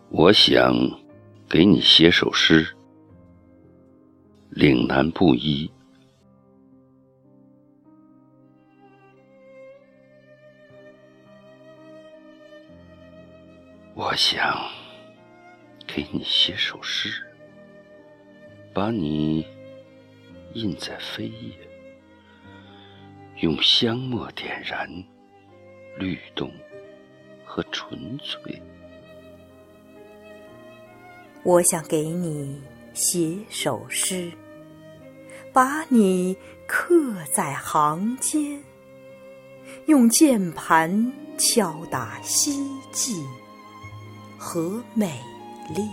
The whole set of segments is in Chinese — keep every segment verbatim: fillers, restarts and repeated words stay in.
我想给你写首诗，岭南布衣。我想给你写首诗，把你印在扉页，用香墨点燃律动和纯粹。 我想给你写首诗，把你刻在行间，用键盘敲打希冀和美丽。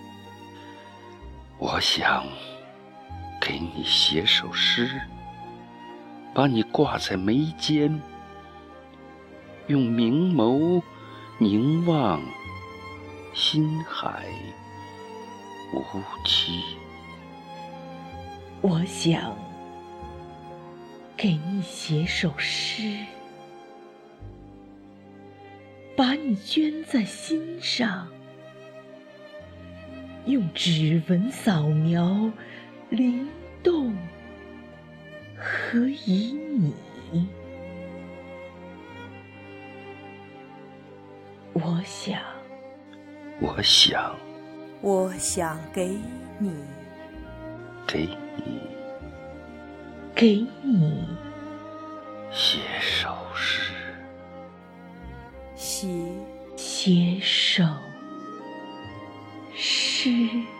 我想给你写首诗，把你挂在眉间，用明眸凝望心海无期。 我想给你写首诗，把你圈在心上，用指纹扫描灵动和旖旎。我想我想我想给你给你给你写首诗， 写写首诗。